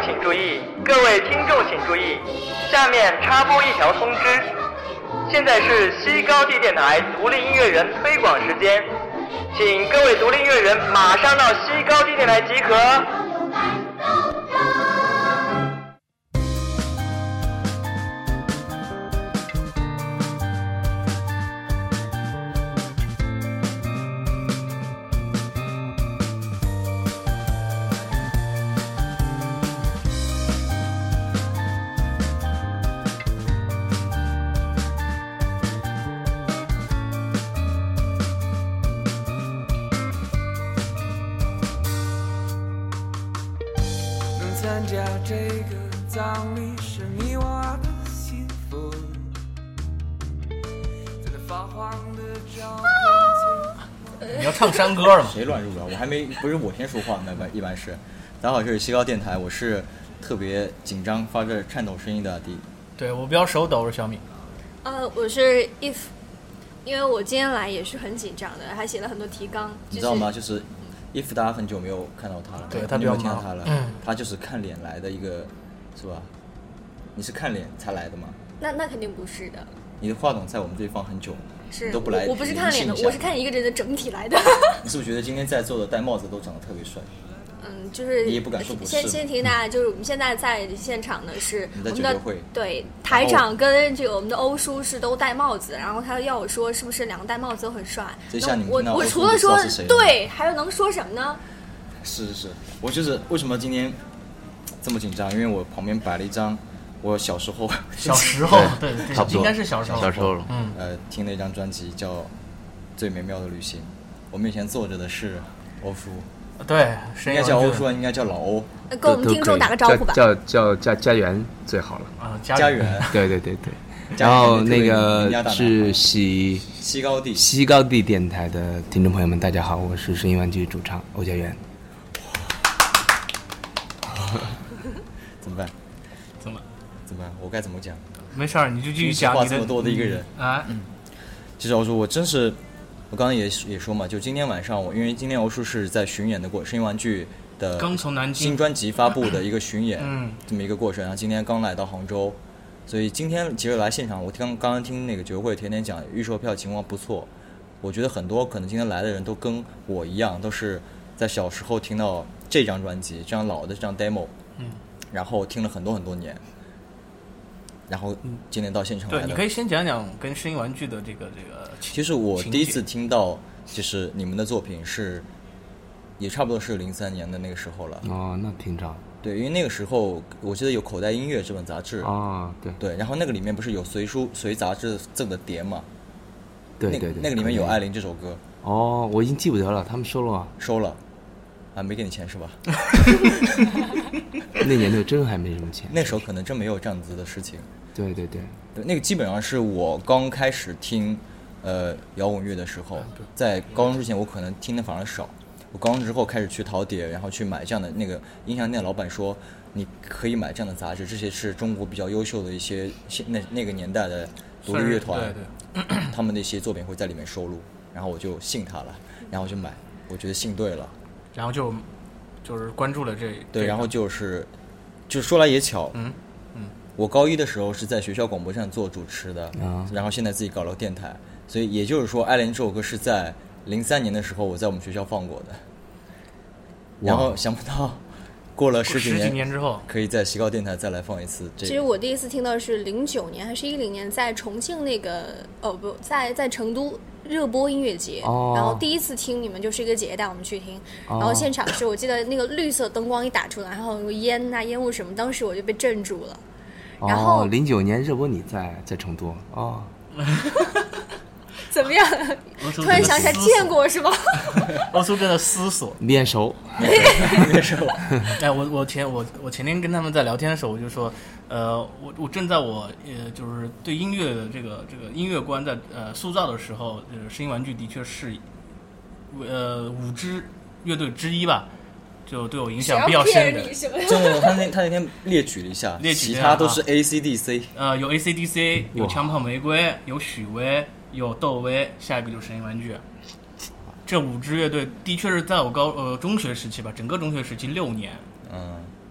请注意，各位听众请注意，下面插播一条通知，现在是西高地电台独立音乐人推广时间，请各位独立音乐人马上到西高地电台集合。 参加这个葬礼是你我的幸福，在那发黄的照片前。 你要唱山歌了吗？ 谁乱入了？我还没，不是我先说话，那一般是。大家好，这是西高电台，我是特别紧张、发着颤抖声音的阿迪。 对，我比较手抖，我是小米。 我是 if， 因为我今天来也是很紧张的，还写了很多提纲。 你知道吗？就是if 大家很久没有看到他了， 对他没有听到他了， 嗯， 他就是看脸来的一个，是吧？你是看脸才来的吗？ 那肯定不是的。 你的话筒在我们这里放很久， 是你都不来。 我不是看脸的，我是看一个人的整体来的。 你是不是觉得今天在座的戴帽子都长得特别帅？ 就是你也不敢说不是。 先提大家，就是我们现在在现场呢，是我们的会对台长跟这个我们的欧叔是都戴帽子，然后他要我说是不是两个戴帽子都很帅？我除了说对，还有能说什么呢？ 是，我就是为什么今天这么紧张，因为我旁边摆了一张我小时候对，应该是小时候了， 听了一张专辑叫《最美妙的旅行》，我面前坐着的是欧叔。 对， 应该叫欧叔，应该叫老欧。 跟我们听众打个招呼吧。 叫家园最好了啊，家园。 对。然后那个是西高地电台的听众朋友们，大家好，我是声音玩具主唱欧家园。 怎么办？我该怎么讲？ 没事儿，你就继续讲。 话这么多的一个人啊， 其实欧叔，我真是。我刚刚也说嘛，就今天晚上因为今天欧叔是在巡演的声音玩具的刚从南京新专辑发布的一个巡演，这么一个过程。然后今天刚来到杭州，所以今天其实来现场，我刚刚听那个酒会甜甜讲预售票情况不错。我觉得很多可能今天来的人都跟我一样，都是在小时候听到这张专辑，这张老的这张 demo，然后听了很多很多年。然后今天到现场来的。 对，你可以先讲讲跟声音玩具的这个。 其实我第一次听到就是你们的作品也差不多是03年的那个时候了。 哦，那挺早。 对，因为那个时候我记得有口袋音乐这本杂志。 哦， 对，然后那个里面不是有随杂志赠的碟嘛？ 对， 那个里面有《艾琳》这首歌。 哦，我已经记不得了，他们收了吗？ 收了，啊，没给你钱是吧？ 那年头真还没什么钱， 那时候可能真没有这样子的事情。 对， 那个基本上是我刚开始听摇滚乐的时候，在高中之前我可能听的反而少。我高中之后开始去淘碟，然后去买这样的那个音像店老板说你可以买这样的杂志，这些是中国比较优秀的一些那个年代的独立乐团， 对他们的一些作品会在里面收录，然后我就信他了，然后就买，我觉得信对了， 然后就是关注了这对，然后就说来也巧，我高一的时候是在学校广播站做主持的，然后现在自己搞了个电台，所以也就是说《艾琳》这首歌是在03年的时候我在我们学校放过的，然后想不到过了十几年之后可以在西高电台再来放一次这个。 其实我第一次听到是09年还是10年，在重庆那个在成都热播音乐节，然后第一次听你们就是一个姐姐带我们去听，然后现场是我记得那个绿色灯光一打出来，然后有烟啊烟雾什么，当时我就被镇住了。然后 09年热播你在成都怎么样？突然想起来见过是吗？ 欧苏正在思索， 面熟。 哎，我前天跟他们在聊天的时候，我就说，我正在就是对音乐的这个音乐观在塑造的时候，声音玩具的确是5支乐队之一吧。就对我影响比较深的， 真的，他那天列举了一下，其他都是 AC/DC， 有 AC/DC， 有枪炮玫瑰，有许巍，有窦唯，下一个就是声音玩具。这5支乐队的确是在我中学时期吧，整个中学时期6年，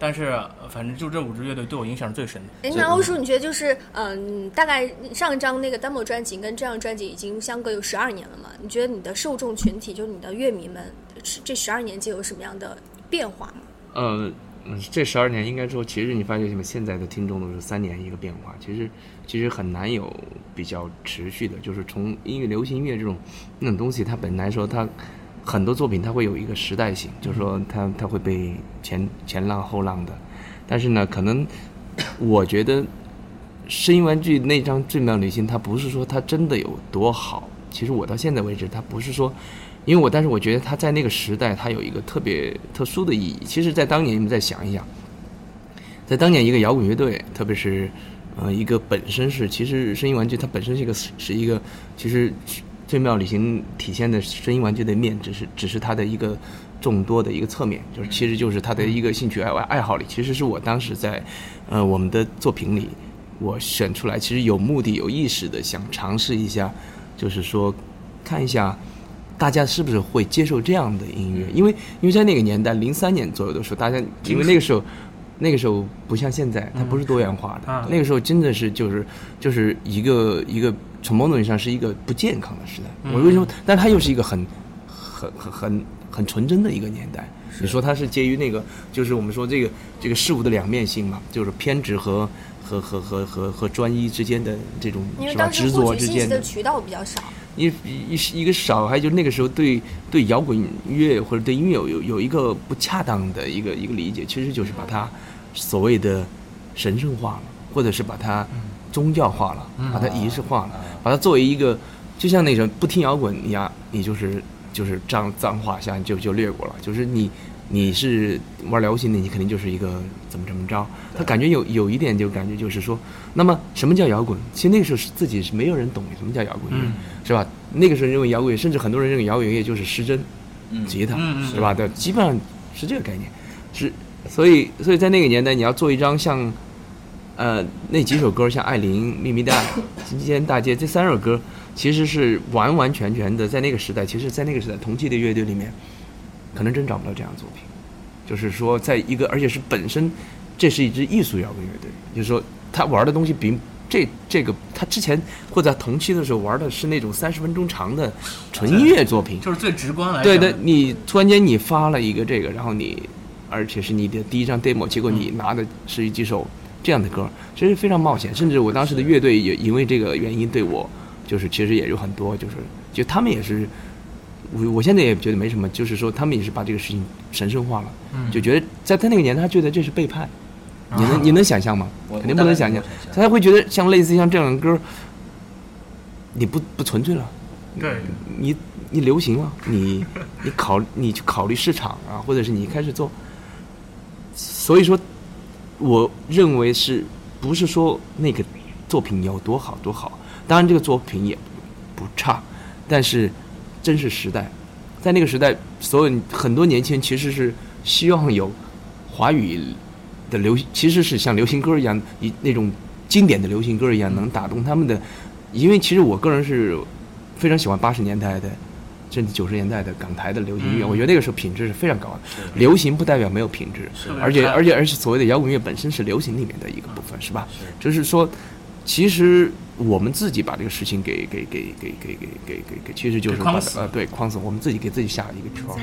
但是反正就这5支乐队对我影响是最深的。 那欧叔，你觉得就是大概上一张那个 demo 专辑跟这张专辑已经相隔有12年了嘛？你觉得你的受众群体，就是你的乐迷们，这12年间有什么样的变化吗？ 这12年应该说，其实你发现现在的听众都是3年一个变化，其实很难有比较持续的，就是从流行音乐那种东西，它本来说它很多作品它会有一个时代性，就是说它会被前浪后浪的，但是呢，可能我觉得声音玩具那张最妙旅行，它不是说它真的有多好，其实我到现在为止，它不是说。但是我觉得他在那个时代，他有一个特别特殊的意义。其实，在当年，你们再想一想，在当年一个摇滚乐队，特别是一个本身是，其实声音玩具它本身是一个，其实最妙旅行体现的声音玩具的面，只是它的一个众多的一个侧面，其实就是它的一个兴趣爱好里。其实是我当时在我们的作品里，我选出来，其实有目的、有意识的想尝试一下，就是说看一下。大家是不是会接受这样的音乐？因为在那个年代，03年左右的时候，大家因为那个时候不像现在，它不是多元化的，那个时候真的是就是一个从某种意义上是一个不健康的时代。我为什么？但它又是一个很纯真的一个年代。你说它是介于那个，就是我们说这个事物的两面性嘛，就是偏执和专一之间的这种是吧？执着之间的渠道比较少。 一个少，还有就是那个时候对摇滚乐或者对音乐有一个不恰当的一个理解，其实就是把它所谓的神圣化了，或者是把它宗教化了，把它仪式化了，把它作为一个，就像那种不听摇滚你就是脏话下就略过了，就是你是玩流行的，你肯定就是一个怎么着，他感觉有一点就感觉就是说，那么什么叫摇滚？其实那个时候自己是没有人懂什么叫摇滚乐，是吧？那个时候认为摇滚乐，甚至很多人认为摇滚乐就是失真、吉他，是吧？对，基本上是这个概念。所以在那个年代，你要做一张像那几首歌，像《爱琳》《秘密带》《金间大街》这3首歌，其实是完完全全的在那个时代，其实在那个时代同期的乐队里面。可能真找不到这样的作品，就是说，在一个而且是本身，这是一支艺术摇滚乐队，就是说他玩的东西比这个他之前或者同期的时候玩的是那种30分钟长的纯音乐作品， 就是最直观来讲。对，你突然间你发了一个这个，然后而且是你的第一张 demo， 结果你拿的是几首这样的歌，其实非常冒险。甚至我当时的乐队也因为这个原因对我，就是其实也有很多，就他们也是。我现在也觉得没什么，就是说他们也是把这个事情神圣化了，就觉得在他那个年代，他觉得这是背叛。你能想象吗？肯定不能想象。他会觉得像类似像这样的歌，你不纯粹了， 对， 你流行了，你去考虑市场啊，或者是你开始做。所以说，我认为是不是说那个作品有多好多好？当然这个作品也不差，但是。真是时代，在那个时代，很多年轻人其实是希望有华语的其实是像流行歌一样，那种经典的流行歌一样，能打动他们的。因为其实我个人是非常喜欢80年代的，甚至90年代的港台的流行音乐，我觉得那个时候品质是非常高的。流行不代表没有品质，而且所谓的摇滚乐本身是流行里面的一个部分，是吧？就是说，其实。我们自己把这个事情给，其实就是把对框死，我们自己给自己下一个圈。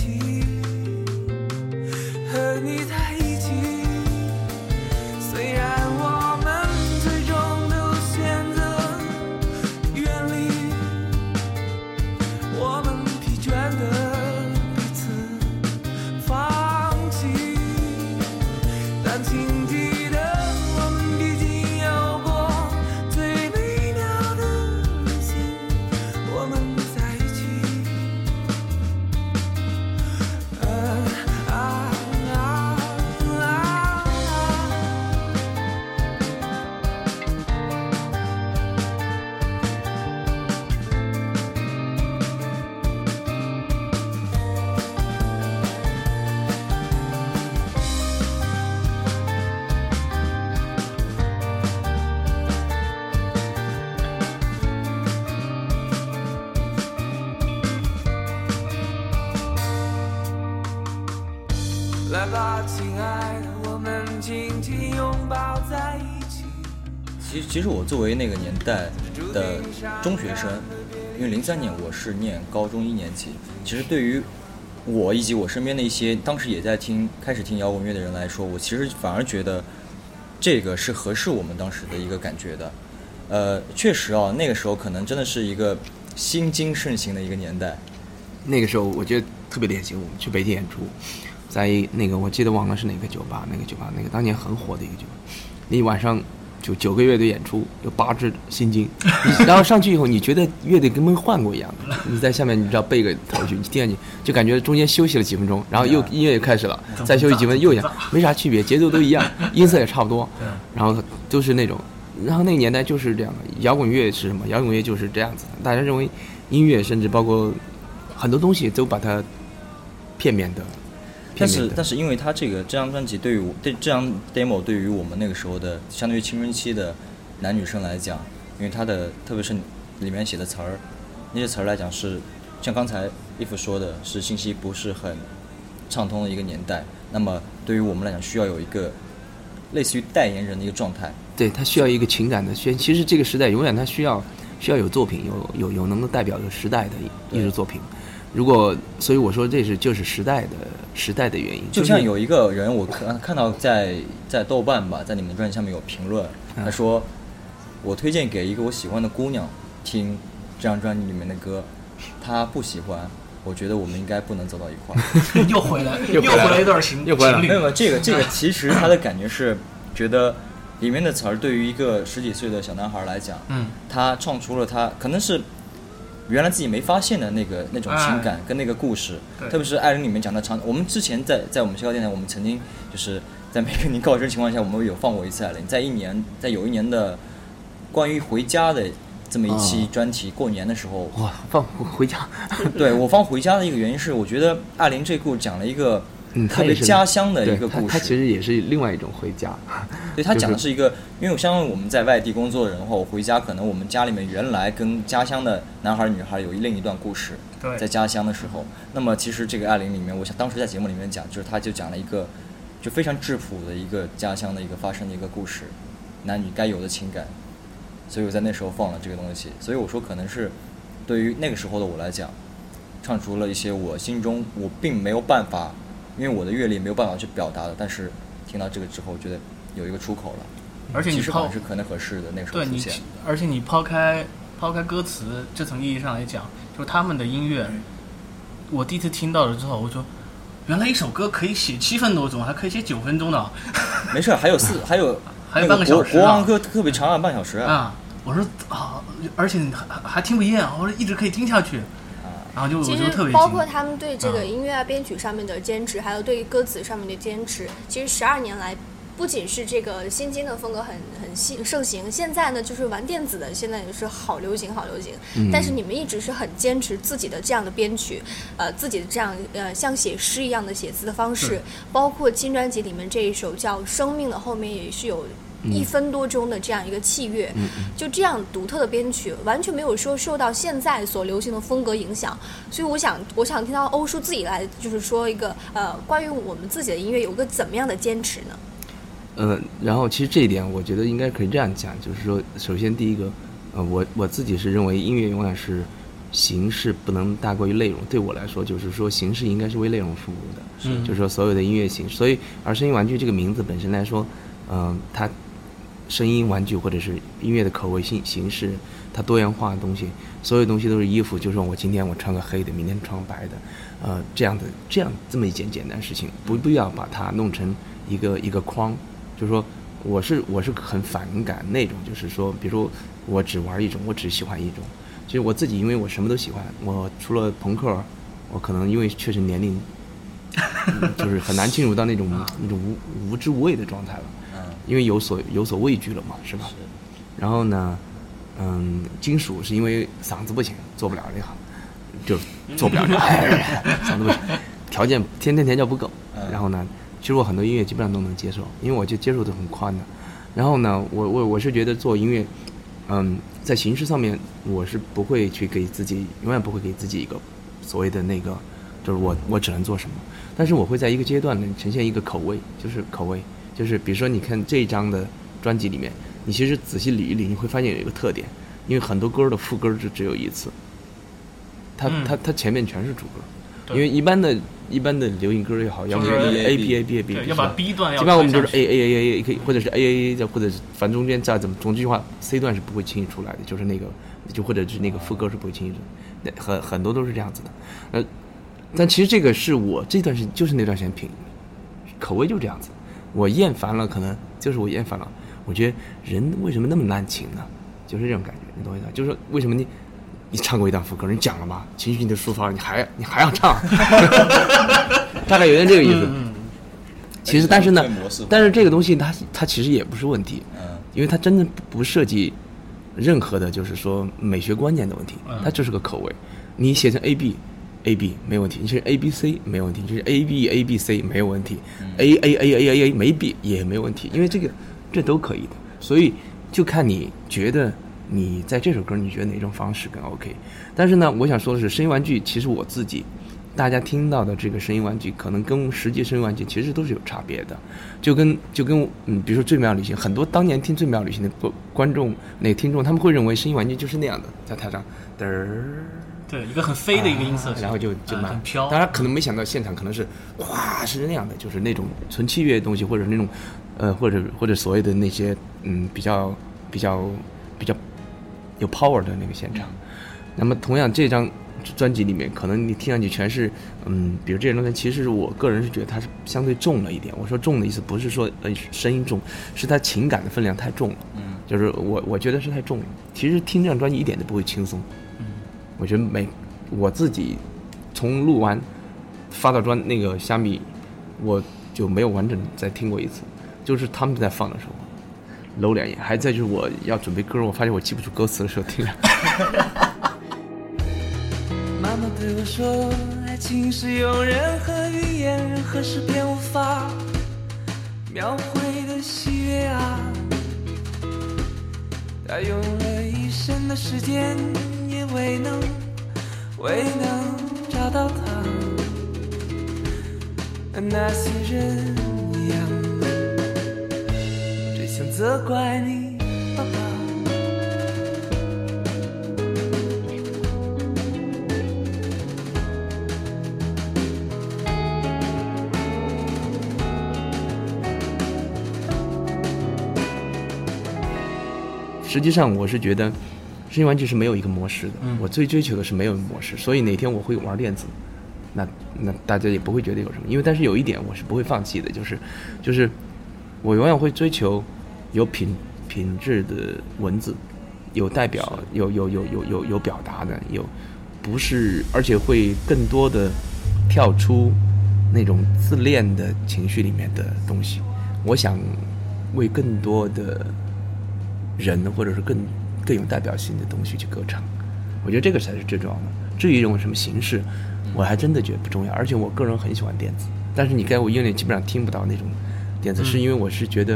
和你在一起，虽然我们最终都选择远离，我们疲倦的彼此放弃，但请记得。来吧，亲爱的，我们其实我作为那个年代的中学生，因为03年我是念高中1年级，其实对于我以及我身边的一些当时也在开始听摇滚乐的人来说，我其实反而觉得这个是合适我们当时的一个感觉的。确实啊，那个时候可能真的是一个新经盛行的一个年代。 那个时候我觉得特别典型，我们去北京演出，在那个我记得忘了是哪个酒吧，那个当年很火的一个酒吧，你晚上就9个乐队演出，有8支心经，然后上去以后，你觉得乐队跟没换过一样的，你在下面你只要背个头去，你听上去就感觉中间休息了几分钟，然后又音乐也开始了，再休息几分钟又一样，没啥区别，节奏都一样，音色也差不多，然后都是那种，然后那个年代就是这样的。摇滚乐是什么？摇滚乐就是这样子的，大家认为音乐甚至包括很多东西都把它片面的。 但是因为他这张专辑对这张 demo 对于我们那个时候的相对于青春期的男女生来讲，因为他的特别是里面写的词儿，那些词儿来讲是像刚才伊芙说的，是信息不是很畅通的一个年代，那么对于我们来讲需要有一个类似于代言人的一个状态。 对，他需要一个情感的宣。其实这个时代永远他需要有作品，有能够代表着时代的艺术作品。如果所以我说这就是时代的原因。 就像有一个人我看到在豆瓣吧，在你们的专辑下面有评论，他说我推荐给一个我喜欢的姑娘听这张专辑里面的歌，她不喜欢，我觉得我们应该不能走到一块儿。 又回来一段情又回来了。 没有这个其实他的感觉是觉得里面的词儿对于一个10几岁的小男孩来讲，他唱出了他可能是原来自己没发现的那种情感跟那个故事，特别是艾琳里面讲的我们之前在我们学校电台，我们曾经就是在没跟你告知情况下，我们有放过一次艾琳，在有一年的关于回家的这么一期专题，过年的时候， 哇，放回家。 对，我放回家的一个原因是，我觉得艾琳这故讲了一个特别家乡的一个故事。 他其实也是另外一种回家。 对，他讲的是一个，因为我相信我们在外地工作的人后回家，可能我们家里面原来跟家乡的男孩女孩有另一段故事，在家乡的时候。那么其实这个艾琳里面，我想当时在节目里面讲，就是他就讲了一个就非常质朴的一个家乡的一个发生的一个故事，男女该有的情感。所以我在那时候放了这个东西，所以我说可能是对于那个时候的我来讲，唱出了一些我心中我并没有办法，因为我的阅历没有办法去表达的，但是听到这个之后，觉得有一个出口了。 而且你其实好像是可能合适的那个时候出现。 而且你抛开歌词这层意义上来讲，就是他们的音乐，我第一次听到了之后，我说原来一首歌可以写7分多钟，还可以写9分钟的。 没事，还有半个小时。 国王歌特别长啊，半小时啊。 我说啊，而且还听不厌，我说一直可以听下去。然后就其实包括他们对这个音乐啊编曲上面的坚持，还有对歌词上面的坚持，其实12年来。不仅是这个新金的风格很盛行，现在呢就是玩电子的，现在也是好流行。但是你们一直是很坚持自己的这样的编曲，自己的这样像写诗一样的写词的方式，包括新专辑里面这一首叫《生命》的后面也是有1分多钟的这样一个器乐，就这样独特的编曲，完全没有说受到现在所流行的风格影响。所以我想听到欧叔自己来，就是说一个关于我们自己的音乐有个怎么样的坚持呢？ 然后其实这一点我觉得应该可以这样讲，就是说首先第一个我自己是认为音乐永远是形式不能大过于内容，对我来说就是说形式应该是为内容服务的，就是说所有的音乐形式。所以而声音玩具这个名字本身来说，它声音玩具或者是音乐的口味形式，它多元化的东西，所有东西都是衣服，就是说我今天我穿个黑的，明天穿个白的，这么一件简单事情，不要把它弄成一个框。就是说我是很反感那种，就是说比如说我只玩一种，我只喜欢一种。其实我自己因为我什么都喜欢，我除了朋克，我可能因为确实年龄就是很难进入到那种无知无畏的状态了，因为有所畏惧了嘛，是吧？然后呢金属是因为嗓子不行，做不了这行，就做不了这行嗓子不行，条件天条不够。然后呢其实我很多音乐基本上都能接受，因为我就接受的很宽的。然后呢，我是觉得做音乐，在形式上面我是不会去给自己，永远不会给自己一个所谓的那个，就是我只能做什么。但是我会在一个阶段呢呈现一个口味，就是比如说你看这一张的专辑里面， 你其实仔细理一理，你会发现有一个特点，因为很多歌的副歌就只有一次，它前面全是主歌，因为一般的流行歌也好，要么 A B A B A B， 要把 B 段要， 基本上我们就是 A， 或者是 A， 或者是反正中间再怎么，总之句话 C 段是不会轻易出来的，就是那个就或者是那个副歌是不会轻易出来的，很多都是这样子的。但其实这个是我这段时间就是那段时间品口味就这样子，我厌烦了，可能就是我厌烦了。我觉得人为什么那么难情呢？就是这种感觉，你懂我意思？就是说为什么你唱过一段副歌，你讲了嘛，情绪你的抒发，你还要唱，大概有点这个意思。其实但是呢，但是这个东西它其实也不是问题，因为它真的不涉及任何的就是说美学观念的问题，它就是个口味。你写成 A B 没问题，你是 A B C 没问题，你是 A B C 没有问题，A 没 B 也没问题，因为这都可以的，所以就看你觉得你在这首歌你觉得哪种方式更 OK。 但是呢，我想说的是，声音玩具其实我自己大家听到的这个声音玩具可能跟实际声音玩具其实都是有差别的，就跟比如说最妙旅行，很多当年听最妙旅行的观众那个听众，他们会认为声音玩具就是那样的，在台上嘚儿， 对，一个很飞的一个音色， 然后就很飘。 当然可能没想到现场可能是哇是那样的，就是那种纯器乐的东西，或者那种或者所谓的那些比较有 power 的那个现场。那么同样这张专辑里面，可能你听上去全是比如这些东西，其实我个人是觉得它是相对重了一点。我说重的意思不是说声音重，是它情感的分量太重了。就是我觉得是太重了。其实听这张专辑一点都不会轻松。我觉得我自己从录完发到那个虾米，我就没有完整再听过一次，就是他们在放的时候搂两眼，还在就是我要准备歌，我发现我记不住歌词的时候听着。 妈妈对我说，爱情是用任何语言任何诗篇无法描绘的喜悦啊，她用了一生的时间也未能找到他，那些人一样只想责怪你爸爸。 实际上我是觉得声音玩具是没有一个模式的，我最追求的是没有模式，所以哪天我会玩电子，那大家也不会觉得有什么。因为但是有一点我是不会放弃的，就是我永远会追求有品质的文字，有代表，有表达的，有不是，而且会更多的跳出那种自恋的情绪里面的东西。我想为更多的人或者是更有代表性的东西去歌唱，我觉得这个才是最重要的。至于用什么形式，我还真的觉得不重要。而且我个人很喜欢电子，但是你在我音乐里基本上听不到那种电子，是因为我是觉得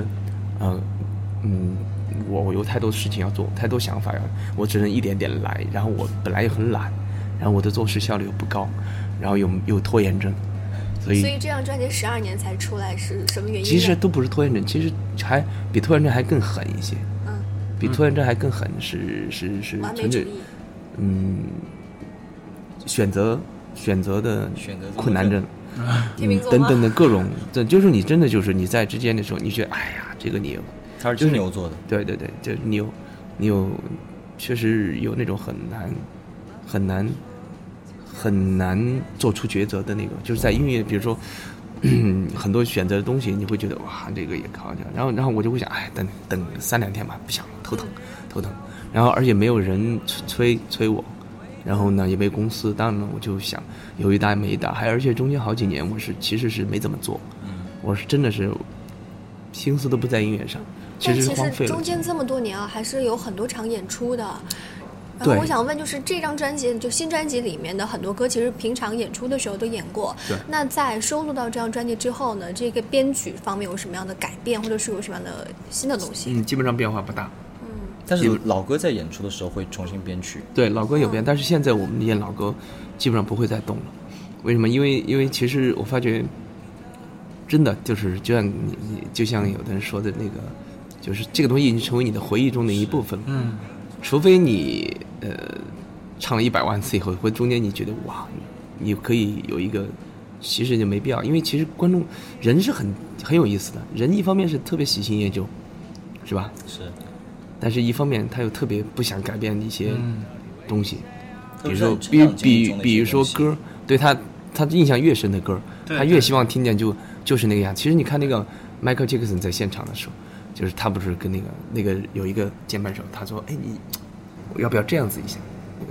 我有太多事情要做，太多想法我只能一点点来，然后我本来也很懒，然后我的做事效率又不高，然后有拖延症，所以这张专辑12年才出来是什么原因？ 其实都不是拖延症，其实还比拖延症还更狠一些。比拖延症还更狠是完美主义。 选择的困难症， 等等的各种，这就是你真的就是你在之间的时候，你觉得哎呀，这个你有， 他是金牛座的， 对，就是你有，确实有那种很难做出抉择的那个，就是在音乐，比如说很多选择的东西，你会觉得哇，这个也考虑，然后我就会想，哎，等3-2天吧，不想了，头疼，然后而且没有人催我。然后呢，也没公司，当然了，我就想有一搭没一搭，而且中间好几年其实是没怎么做，我是真的是心思都不在音乐上，其实荒废了。 中间这么多年啊，还是有很多场演出的。然后我想问，就是这张专辑，就新专辑里面的很多歌，其实平常演出的时候都演过。 对。 那在收录到这张专辑之后呢，这个编曲方面有什么样的改变，或者是有什么样的新的东西？ 基本上变化不大。 但是老歌在演出的时候会重新编曲， 对，老歌有编，但是现在我们演老歌基本上不会再动了。为什么？因为其实我发觉，真的就是就像有的人说的那个， 就是这个东西已经成为你的回忆中的一部分了。除非你唱了100万次以后，或中间你觉得哇，你可以有一个，其实就没必要，因为其实观众人是很有意思的，人一方面是特别喜新厌旧，是吧？ 是。但是一方面他又特别不想改变一些东西，比如说比如说歌，对他印象越深的歌，他越希望听见就是那个样。其实你看那个 Michael Jackson 在现场的时候，就是他不是跟那个有一个键盘手，他说：“哎，你要不要这样子一下？”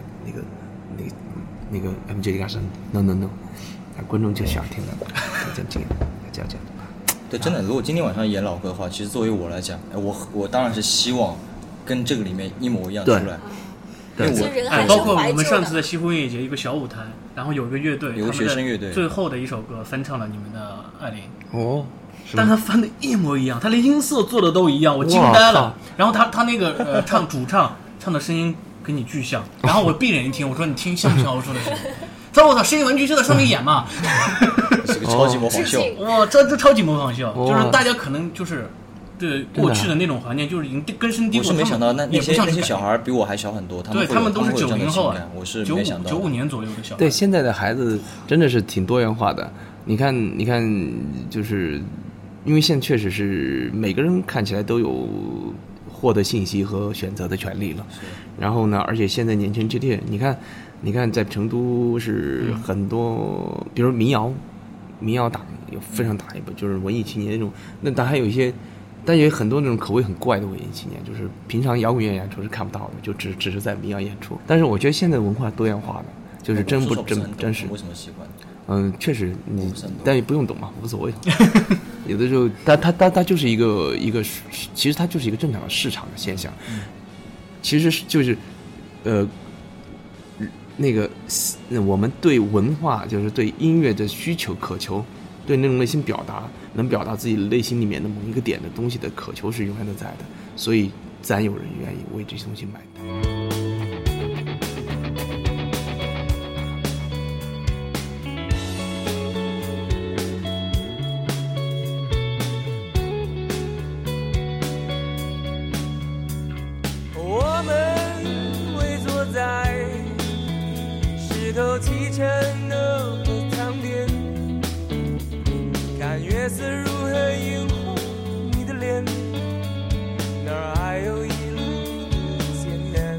那个 MJ 就说 ：“No， 观众就想听到这样。 对，真的，如果今天晚上演老歌的话，其实作为我来讲，我当然是希望跟这个里面一模一样出来。 对，因为包括我们上次在西湖音乐节一个小舞台，然后有一个乐队， 有个学生乐队， 最后的一首歌翻唱了你们的《爱琳》。 哦。 但他翻的一模一样，他连音色做的都一样，我惊呆了。然后他那个主唱的声音跟你巨像，然后我闭眼一听，我说你听像不像我说的声音？他说我操，声音玩具就在上面演嘛， 是个超级模仿秀。 哇，这超级模仿秀，就是大家可能就是对过去的那种环境就是已经根深蒂固。 我是没想到那些小孩比我还小很多，他们都是90后啊，我是没想到 95年左右的小孩。 对，现在的孩子真的是挺多元化的。你看，就是因为现在确实是每个人看起来都有获得信息和选择的权利了。然后呢，而且现在年轻这些，你看在成都是很多，比如民谣党有非常大一部，就是文艺青年那种。那当然还有一些，但也有很多那种口味很怪的文艺青年，就是平常摇滚乐演出是看不到的，就只是在民谣演出。但是我觉得现在文化多元化的，就是真是。 为什么喜欢？ 确实但也不用懂嘛，无所谓。有的时候，它就是一个，其实它就是一个正常的市场的现象。其实就是我们对文化，就是对音乐的需求渴求，对那种内心表达，能表达自己内心里面的某一个点的东西的渴求是永远都在的，所以自然有人愿意为这些东西买单。 启程的塘边，看月色如何映红你的脸，那儿还有一路艰难。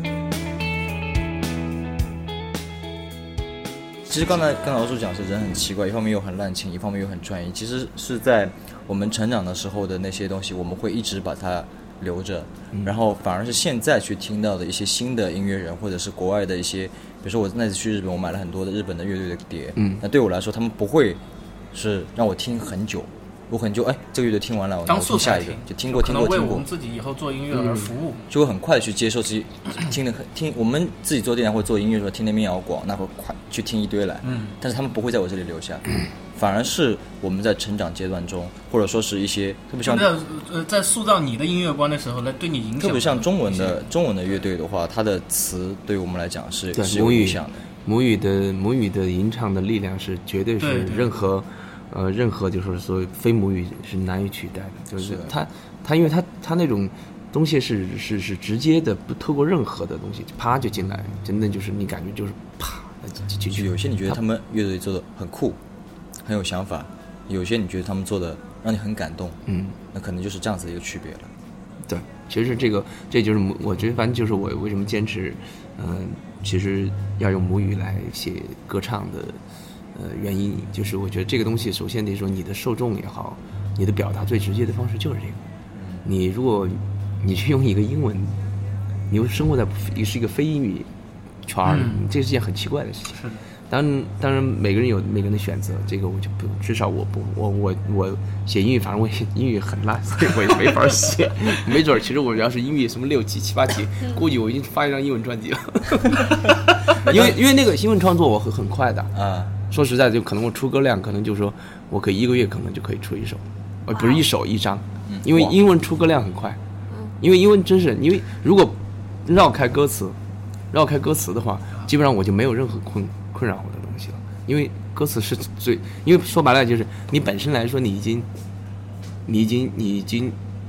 其实刚才跟老师讲是人很奇怪，一方面又很滥情，一方面又很专一。其实是在我们成长的时候的那些东西，我们会一直把它留着，然后反而是现在去听到的一些新的音乐人，或者是国外的一些，比如说我那次去日本，我买了很多的日本的乐队的碟，那对我来说，他们不会是让我听很久，我可能就这个乐队听完了，我听下一个，就听过。 可能为我们自己以后做音乐而服务， 就会很快的去接受自己听我们自己做电台或做音乐的时候听那民谣广，那会快去听一堆来，但是他们不会在我这里留下。反而是我们在成长阶段中，或者说是一些特别像在塑造你的音乐观的时候来对你影响。 特别像中文的乐队的话，它的词对于我们来讲是有影响的。 母语的吟唱的力量是绝对是任何就是说非母语是难以取代的。就是它因为它那种东西是直接的，不透过任何的东西啪就进来，真的就是你感觉就是啪就有些你觉得他们乐队做的很酷。很有想法，有些你觉得他们做的让你很感动，那可能就是这样子的一个区别了。 对，其实这就是我觉得反正就是我为什么坚持，其实要用母语来写歌唱的，原因就是我觉得这个东西首先得说你的受众也好，你的表达最直接的方式就是这个。你如果你去用一个英文，你又生活在是一个非英语圈里，这是件很奇怪的事情。是的。当然每个人有每个人的选择，这个我就不，至少我写英语，反正我英语很烂，所以我也没法写。没准其实我要是英语什么6级7、8级，估计我已经发一张英文专辑了。因为那个英文创作我很快的啊。说实在的，就可能我出歌量，可能就是说我可以1个月可能就可以出一首，不是一首一张，因为英文出歌量很快。因为英文真是，因为如果绕开歌词的话，基本上我就没有任何困扰我的东西了，因为歌词是因为说白了就是你本身来说你已经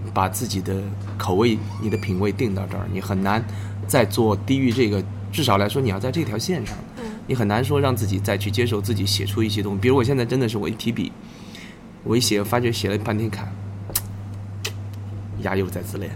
把自己的口味、你的品味定到这儿，你很难再做低于这个，至少来说你要在这条线上，你很难说让自己再去接受自己写出一些东西。比如我现在真的是我一提笔，我一写发觉写了半天看，牙又在自恋。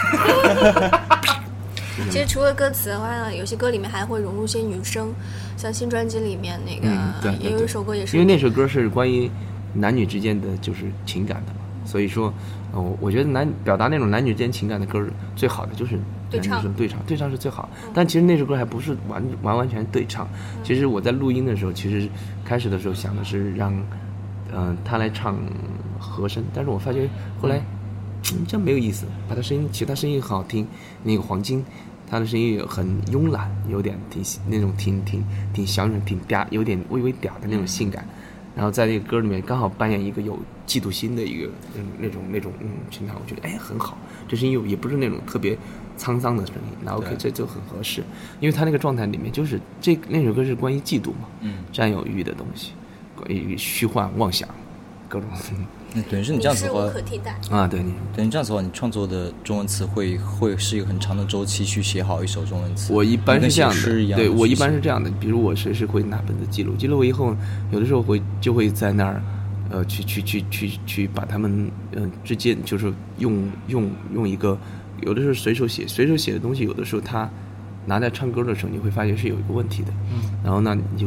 其实除了歌词的话呢，有些歌里面还会融入些女声，像新专辑里面那个也有一首歌也是， 因为那首歌是关于男女之间的就是情感的嘛，所以说我觉得表达那种男女之间情感的歌最好的就是男女生对唱是最好，但其实那首歌还不是完全对唱。其实我在录音的时候，其实开始的时候想的是让他来唱和声，但是我发觉后来这样没有意思，把他声音，其实他声音很好听，那个黄金他的声音很慵懒，有点挺小人，挺嗲，有点微微嗲的那种性感。然后在这个歌里面刚好扮演一个有嫉妒心的一个那种情感，我觉得很好。这声音也不是那种特别沧桑的声音，那 OK 这就很合适，因为他那个状态里面就是那首歌是关于嫉妒嘛，占有欲的东西，关于虚幻妄想各种。 等于是你这样子的话啊， 对，等于这样子的话，你创作的中文词会是一个很长的周期去写好一首中文词。 我一般是这样的，对，我一般是这样的。比如我随时会拿本子记录我以后，有的时候就会在那儿，去把他们之间就是用一个，有的时候随手写的东西，有的时候他拿在唱歌的时候，你会发现是有一个问题的，然后呢，你就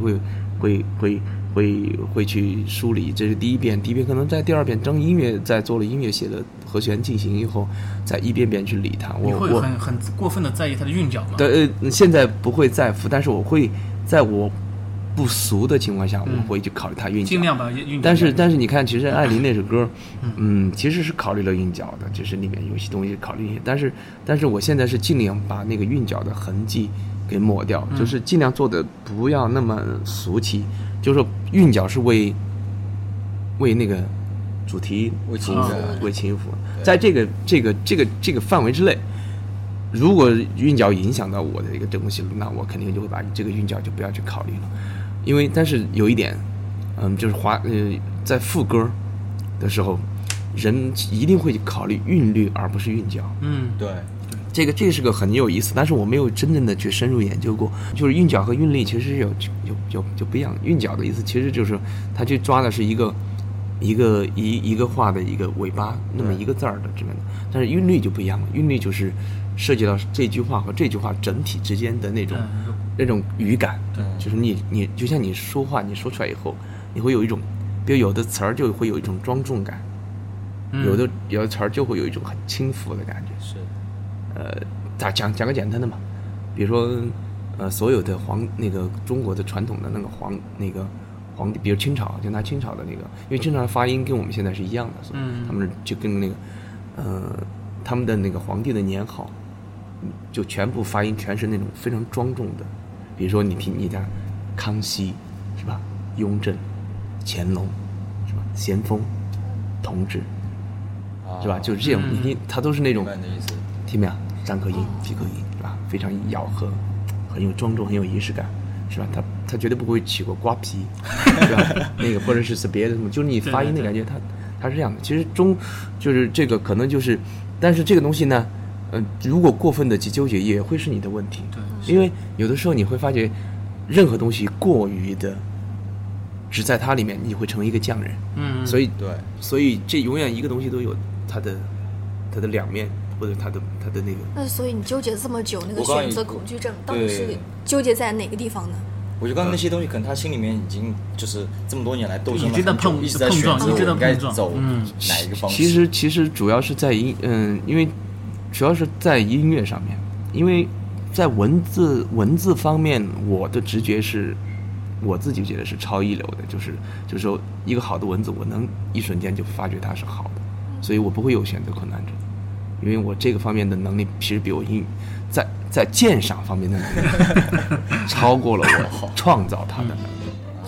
会去梳理，这是第一遍可能在第二遍当音乐在做了音乐写的和弦进行以后，再一遍遍去理它。 你会很过分的在意它的韵脚吗？ 对，现在不会在乎，但是我会在我不俗的情况下，我会去考虑它韵脚， 尽量把韵脚。 但是你看，其实艾琳那首歌，其实是考虑了韵脚的，就是里面有些东西考虑一些，但是我现在是尽量把那个韵脚的痕迹给抹掉，就是尽量做的不要那么俗气。就是说韵脚是为那个主题为情符，在这个范围之内，如果韵脚影响到我的一个东西，那我肯定就会把这个韵脚就不要去考虑了。因为但是有一点，就是在副歌的时候，人一定会考虑韵律而不是韵脚。 对。 这个是个很有意思，但是我没有真正的去深入研究过。就是韵脚和韵律其实有不一样。韵脚的意思其实就是它去抓的是一个话的一个尾巴那么一个字儿的这么的，但是韵律就不一样了。韵律就是涉及到这句话和这句话整体之间的那种语感，就是你就像你说话，你说出来以后，你会有一种，比如有的词儿就会有一种庄重感，有的词儿就会有一种很轻浮的感觉。 是。 讲个简单的嘛，比如说所有的那个中国的传统的那个皇帝，比如清朝，就拿清朝的那个，因为清朝的发音跟我们现在是一样的，所以他们就跟那个他们的那个皇帝的年号，就全部发音全是那种非常庄重的，比如说你听你的康熙是吧，雍正、乾隆是吧，咸丰、同治是吧，就是这种，你听它都是那种。听没有？张口音、闭口音是吧？非常咬合，很有庄重，很有仪式感，是吧？他绝对不会起过瓜皮，是吧？那个或者是别的什么，就是你发音的感觉，它是这样的。其实就是这个可能就是，但是这个东西呢，如果过分的去纠结，也会是你的问题。对，因为有的时候你会发觉，任何东西过于的，只在它里面，你会成为一个匠人。所以这永远一个东西都有它的两面。或者他的那个， 那所以你纠结这么久，那个选择恐惧症到底是纠结在哪个地方呢？ 我觉得刚才那些东西，可能他心里面已经就是这么多年来斗争了很久，一直在选择我应该走哪一个方式。其实主要是在因为主要是在音乐上面，因为在文字方面，我的直觉是，我自己觉得是超一流的，就是说一个好的文字，我能一瞬间就发觉它是好的，所以我不会有选择困难症。因为我这个方面的能力其实比我在鉴赏方面的能力超过了我创造它的能力。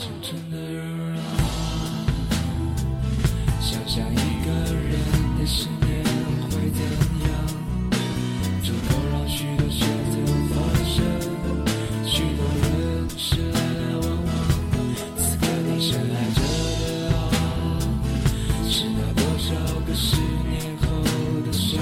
想象一个人的思念会怎样，足够让许多选择发生，许多人是来来往往，此刻你深爱着的啊，是那多少个10年后的事。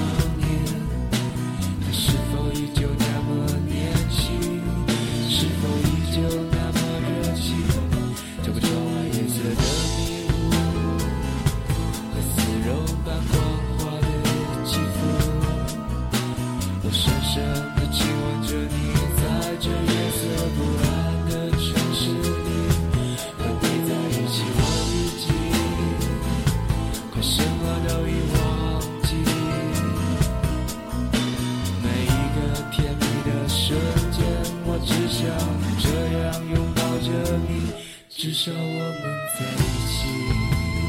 着你，至少我们在一起。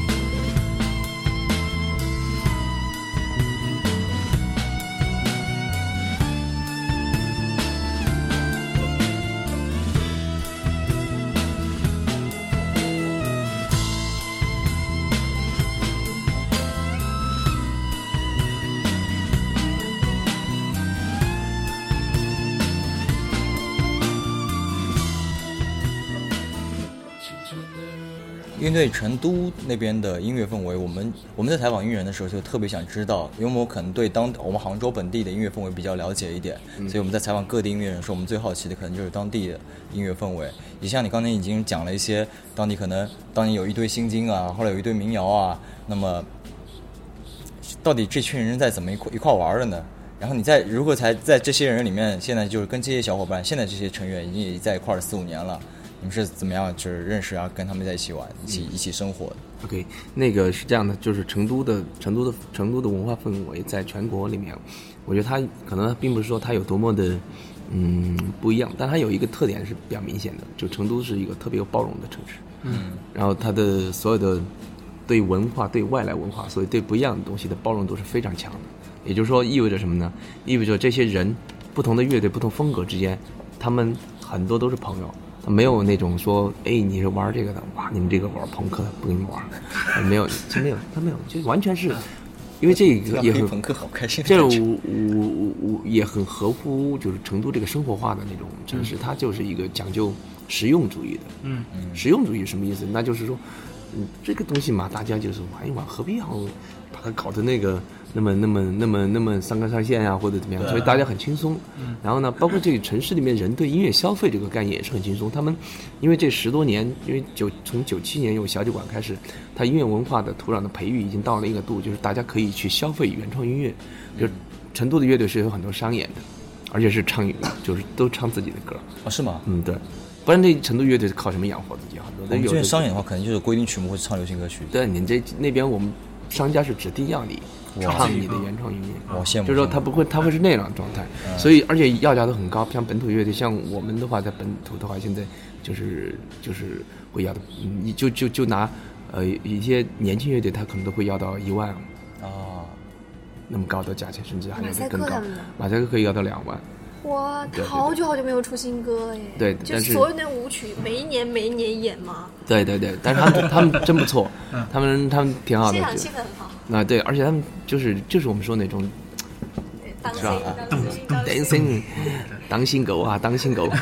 因为对成都那边的音乐氛围，我们在采访音乐人的时候就特别想知道，因为我们可能对我们杭州本地的音乐氛围比较了解一点，所以我们在采访各地音乐人说，我们最好奇的可能就是当地的音乐氛围。也像你刚才已经讲了一些当地可能当你有一堆新京啊，后来有一堆民谣啊，那么到底这群人在怎么一块玩的呢？然后你如果在这些人里面，现在就是跟这些小伙伴，现在这些成员已经也在一块了4-5年了。你们是怎么样就是认识啊，跟他们在一起玩，一起生活的 ？OK， 那个是这样的，就是成都的文化氛围在全国里面，我觉得它可能并不是说它有多么的不一样，但它有一个特点是比较明显的，就成都是一个特别有包容的城市。然后它的所有的对文化、对外来文化，所以对不一样的东西的包容度是非常强的。也就是说，意味着什么呢？意味着这些人不同的乐队、不同风格之间，他们很多都是朋友。没有那种说，哎，你是玩这个的，哇，你们这个玩朋克的，不跟你们玩，没有，他没有，就完全是，因为这个也很朋克好开心， 这我也很合乎就是成都这个生活化的那种城市，它就是一个讲究实用主义的，实用主义什么意思？那就是说，这个东西嘛，大家就是玩一玩，何必要把它搞得那个那么上纲上线啊，或者怎么样？所以大家很轻松。然后呢，包括这个城市里面人对音乐消费这个概念也是很轻松。他们因为这10多年，因为从97年有小酒馆开始，它音乐文化的土壤的培育已经到了一个度，就是大家可以去消费原创音乐。比如成都的乐队是有很多商演的，而且是就是都唱自己的歌。 哦，是吗？ 对。不然那成都乐队是靠什么养活自己？很多的。 我们商演的话，可能就是规定曲目或者唱流行歌曲。 对，你那边我们商家是指定要你唱你的原创音乐， 我羡慕。 就是说他会是那样的状态，所以而且要价都很高。像本土乐队，像我们的话，在本土的话，现在就是会要的，你就拿一些年轻乐队，他可能都会要到1万那么高的价钱，甚至还有更高。马赛克可以要到2万。 哇，他好久就没有出新歌耶！ 对， 就所有的舞曲每一年演嘛。 对，但是他们真不错，他们挺好的， 现场气氛很好。 对，而且他们就是我们说那种，是吧？dancing， 当心狗啊，当心狗。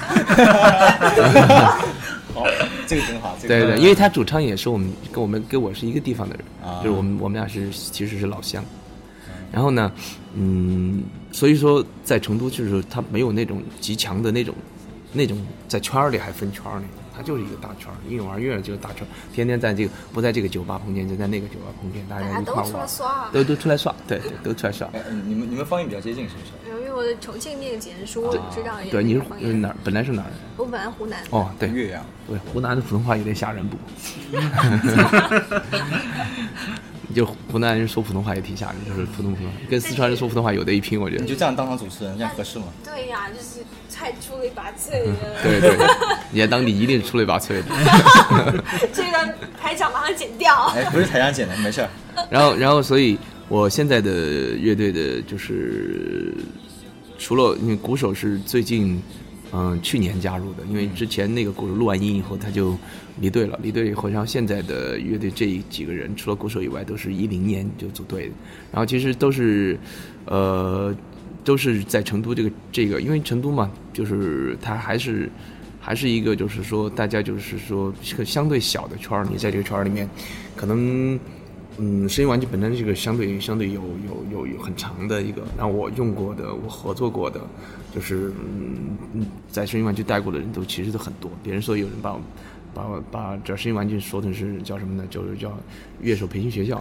好，这个挺好。 对，因为他主唱也是跟我是一个地方的人，就是我们俩其实是老乡。然后呢，所以说在成都就是他没有那种极强的那种在圈里还分圈里，他就是一个大圈，音乐玩乐就是大圈，天天在这个不在这个酒吧碰见，就在那个酒吧碰见，大家一块玩，都出来耍，对，都出来耍。 你们方言比较接近是不是？ 因为我的重庆念简书，我知道一点。 对，你是哪儿？本来是哪儿人？ 我本来湖南。 哦，对， 岳阳。 对，湖南的普通话有点吓人不？就湖南人说普通话也挺吓人，就是普通话跟四川人说普通话有的一拼，我觉得。 你就这样当主持人，这样合适吗？ 对呀，就是太出类拔萃了。 对，你在当地一定是出类拔萃的。 这段台长马上剪掉。 不是台长剪的，没事。 然后，所以我现在的乐队的就是除了因为鼓手是最近去年加入的，因为之前那个鼓手录完音以后他就离队了，离队以后，然后现在的乐队这几个人除了鼓手以外都是10年就组队的，然后其实都是在成都这个，因为成都嘛，就是它还是一个就是说大家就是说是个相对小的圈，你在这个圈里面可能声音玩具本身是个相对有很长的一个，然后我用过的，我合作过的，就是在声音玩具带过的人都其实都很多。别人说有人把这声音玩具说成是叫什么呢？就是叫乐手培训学校。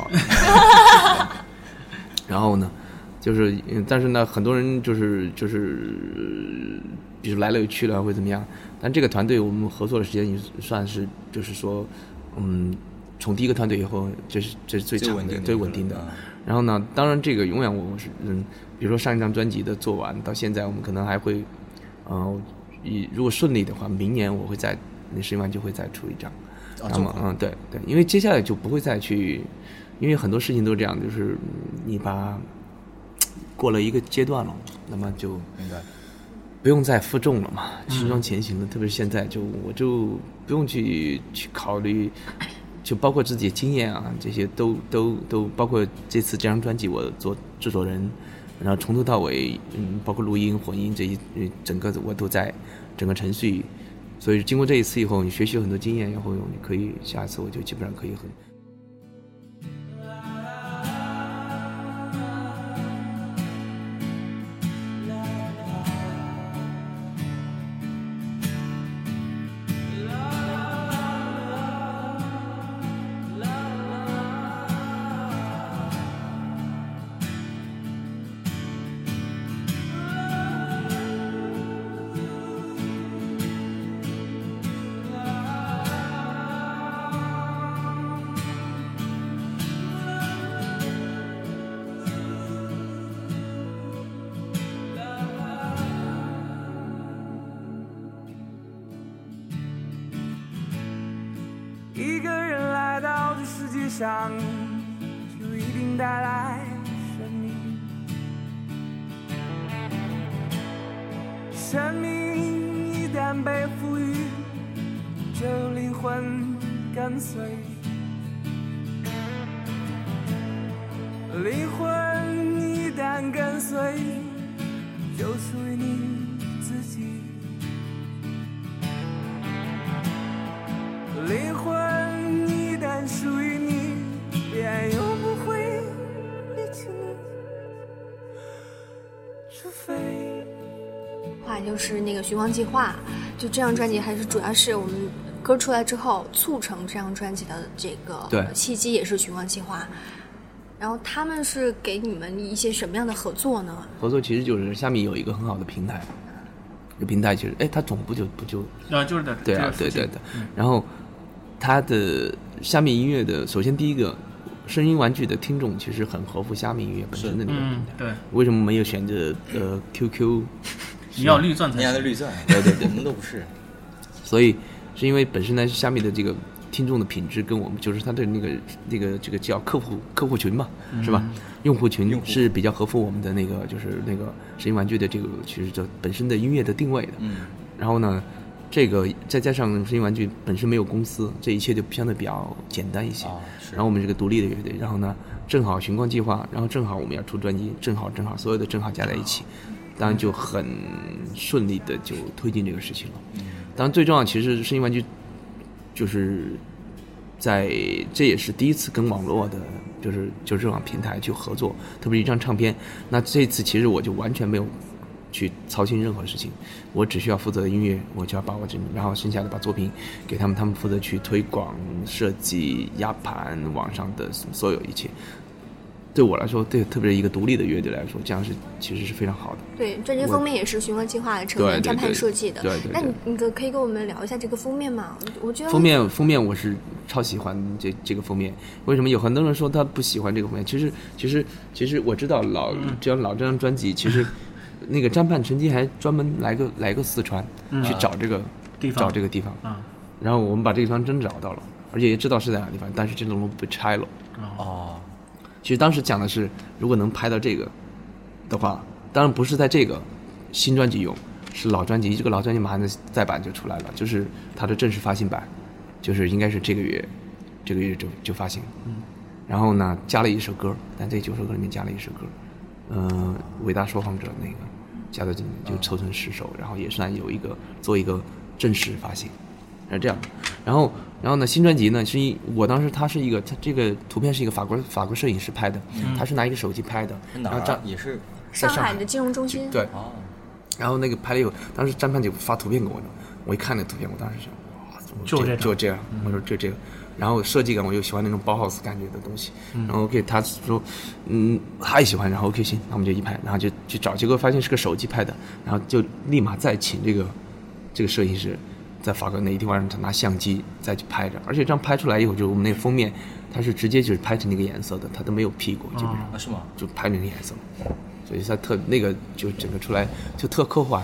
然后呢，就是但是呢，很多人就是比如来了又去了会怎么样？但这个团队我们合作的时间也算是就是说从第一个团队以后，这是最长的、最稳定的。然后呢，当然这个永远我是比如说上一张专辑的做完到现在，我们可能还会如果顺利的话，明年我会再那声音玩具会再出一张。那么对，因为接下来就不会再去，因为很多事情都是这样，就是你把过了一个阶段了，那么就明白。 不用再负重了嘛，轻装前行了。特别是现在，我就不用去考虑，就包括自己的经验啊，这些都包括这次这张专辑我做制作人，然后从头到尾，包括录音、混音这一整个我都在整个程序。所以经过这一次以后，你学习很多经验以后，你可以下一次我就基本上可以很。 一个人来到这世界上，就一定带来生命。生命一旦被赋予，就有灵魂跟随。灵魂一旦跟随，就属于你自己。灵魂一旦属于你，便永不会离弃你，除非。 话就是那个《寻光计划》，就这张专辑还是主要是我们歌出来之后促成这张专辑的这个契机，也是《寻光计划》。然后他们是给你们一些什么样的合作呢？ 合作其实就是虾米有一个很好的平台，这个平台其实它总部就是就是的， 对啊，对，然后。它的虾米音乐的，首先第一个，声音玩具的听众其实很合乎虾米音乐本身的那个平台。 对。 为什么没有选择QQ？ 你要绿钻才是。 你要的绿钻。 对， 我们都不是。 所以是因为本身呢，虾米的这个听众的品质跟我们就是它的这个叫客户群嘛，是吧？用户群是比较合乎我们的那个就是那个声音玩具的这个其实这本身的音乐的定位的。然后呢？这个再加上声音玩具本身没有公司，这一切就相对比较简单一些。然后我们这个独立的乐队，然后呢，正好寻光计划，然后正好我们要出专辑，正好所有的正好加在一起，当然就很顺利的就推进这个事情了。当然最重要，其实声音玩具就是这也是第一次跟网络的，就是这种平台去合作，特别是一张唱片。那这次其实我就完全没有。去操心任何事情，我只需要负责音乐，我就要把握这，然后剩下的把作品给他们负责去推广、设计、压盘、网上的所有一切。对我来说，对特别是一个独立的乐队来说，这样其实是非常好的。 对，专辑封面也是寻光计划的成员张盼设计的。 对。 那你可以跟我们聊一下这个封面吗？我觉得封面我是超喜欢这个封面。为什么有很多人说他不喜欢这个封面？其实我知道这张专辑其实。那个张盼曾经还专门来个四川，去找这个地方，然后我们把这个地方真找到了，而且也知道是在哪个地方，但是这栋楼被拆了。其实当时讲的是，如果能拍到这个的话，当然不是在这个新专辑用，是老专辑，这个老专辑马上的再版就出来了，就是它的正式发行版，就是应该是这个月就发行。然后呢，加了一首歌，但这9首歌里面加了一首歌。伟大说谎者那个加到进去就凑成10首，然后也是做一个正式发行，是这样。然后呢，新专辑呢是我当时他这个图片是一个法国摄影师拍的，他是拿一个手机拍的， 然后也是上海的金融中心。 对。然后那个拍了以后，当时张盼就发图片给我的，我一看那图片，我当时想，哇，就这样，我说这个。然后设计感我又喜欢那种包豪斯感觉的东西，然后 OK 他说他也喜欢，然后 OK 行，那我们就一拍，然后就去找，结果发现是个手机拍的，然后就立马再请这个摄影师在法国哪个地方拿相机再去拍着，而且这样拍出来以后，就我们那个封面它是直接就是拍成那个颜色的，它都没有 P 过，基本上是吗？ 就拍那个颜色，所以它那个就整个出来就特科幻，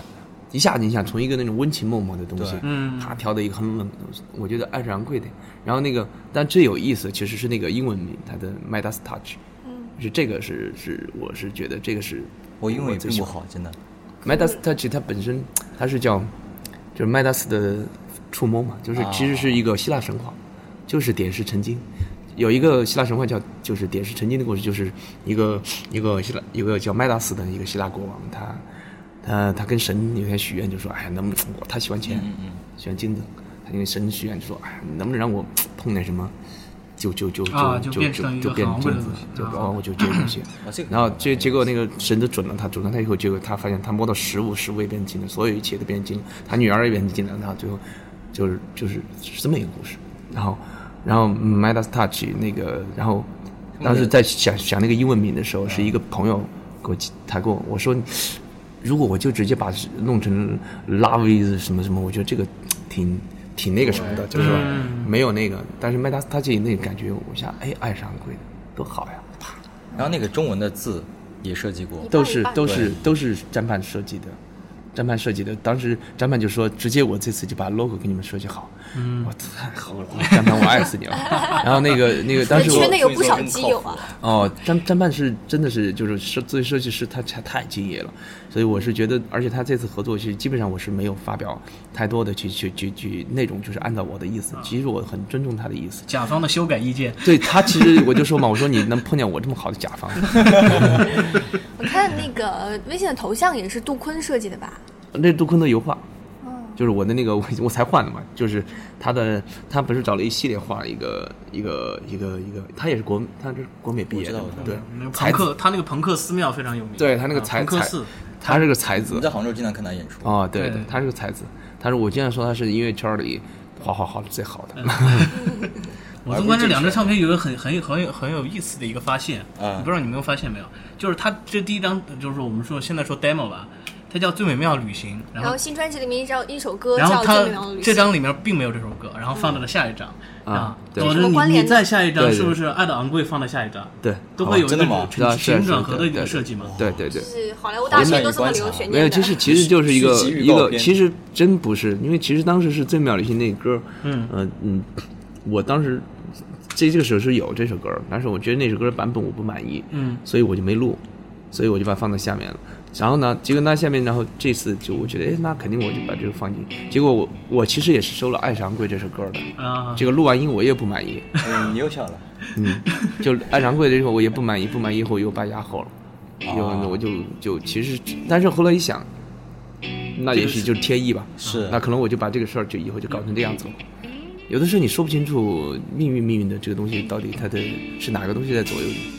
一下子你想从一个那种温情脉脉的东西，他调的一个很冷的东西，我觉得爱是昂贵的。然后那个，但最有意思其实是那个英文名，它的 Midas Touch，是这个是我是觉得这个是我英文也并不好，真的。 Midas Touch 它本身它是叫就是麦达斯的触摸嘛，就是其实是一个希腊神话，就是点石成金。有一个希腊神话就是点石成金的故事，就是一个叫麦达斯的一个希腊国王，他跟神有天许愿，就说哎呀，他喜欢钱，喜欢金子，他跟神许愿就说哎呀，能不能让我碰点什么，就变金子，就我就这个东西。然后结果那个神就准了他以后，结果他发现他摸到食物也变金了，所有一切都变金了，他女儿也变金了，然后最后就是这么一个故事。然后 Midas Touch 那个，然后当时在想那个英文名的时候，是一个朋友他跟我说，如果我就直接把弄成 Love is 什么什么，我觉得这个挺那个什么的，就是说没有那个，但是 Midas Touch 那个感觉，我想爱是昂贵的，多好呀！ 然后那个中文的字也设计过， 都是詹盼设计的。当时詹盼就说直接我这次就把 logo 给你们设计好，我太好了，詹盼我爱死你了。然后那个当时我圈内有不少基友啊。 哦，詹盼是真的是就是作为设计师他太敬业了，所以我是觉得，而且他这次合作是基本上我是没有发表太多的去内容，就是按照我的意思，其实我很尊重他的意思。 甲方的修改意见， 对他其实我就说嘛，我说你能碰见我这么好的甲方。 我看那个微信的头像也是杜坤设计的吧？ 那杜坤的油画，就是我的那个我才换的嘛，就是他不是找了一系列画一个，他也是他是国美毕业的，对， 他那个朋克寺庙非常有名， 对他那个才子，他是个才子， 我在杭州经常看他演出。 哦，对，他是个才子，我经常说他是音乐圈里画最好的。 我纵观这两张唱片，有一个很有意思的一个发现，不知道你们有发现没有？就是他这第一张，就是我们现在说 demo 吧。它叫《最美妙的旅行》， 然后新专辑里面一首歌叫 《最美妙的旅行》， 这张里面并没有这首歌，然后放到了下一张对， 你在下一张是不是《爱的昂贵》放在下一张？ 对， 都会有一个起承转合的一个设计嘛？ 对， 就是好莱坞大片都这么留悬念的。 没有，其实就是一个，其实真不是，因为其实当时是《最美妙旅行》那歌，我当时这个时候是有这首歌，但是我觉得那首歌的版本我不满意，所以我就没录，所以我就把它放在下面了。然后呢，结果那下面，然后这次就我觉得，那肯定我就把这个放进。结果我其实也是收了《爱是昂贵》这首歌的，这个录完音我也不满意。 你又笑了。 就《爱是昂贵》这首我也不满意，以后又把压后了，我就其实，但是后来一想，那也是就是天意吧。 是。 那可能我就把这个事儿就以后就搞成这样子了。有的时候你说不清楚命运的这个东西到底它的是哪个东西在左右你。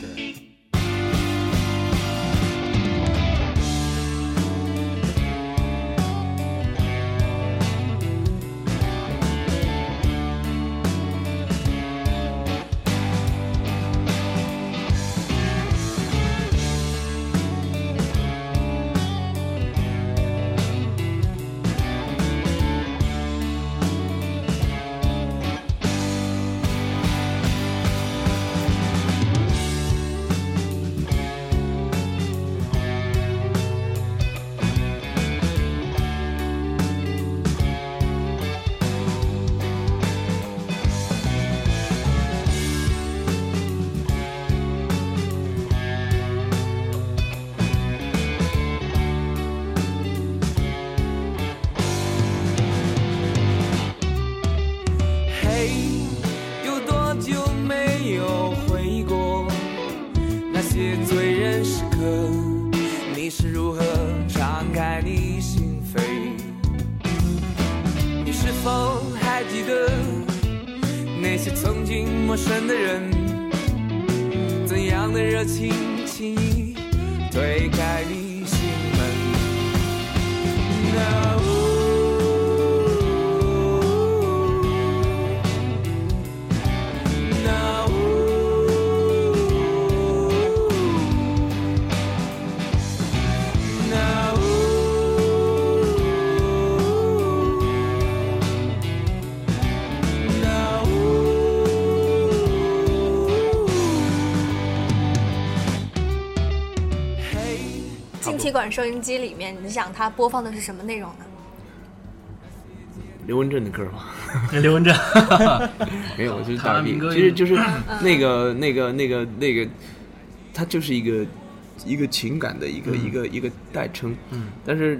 体管收音机里面，你想它播放的是什么内容呢？ 刘文正的歌吗？ 刘文正没有，就是大名歌，其实就是那个，它就是一个情感的一个代称。但是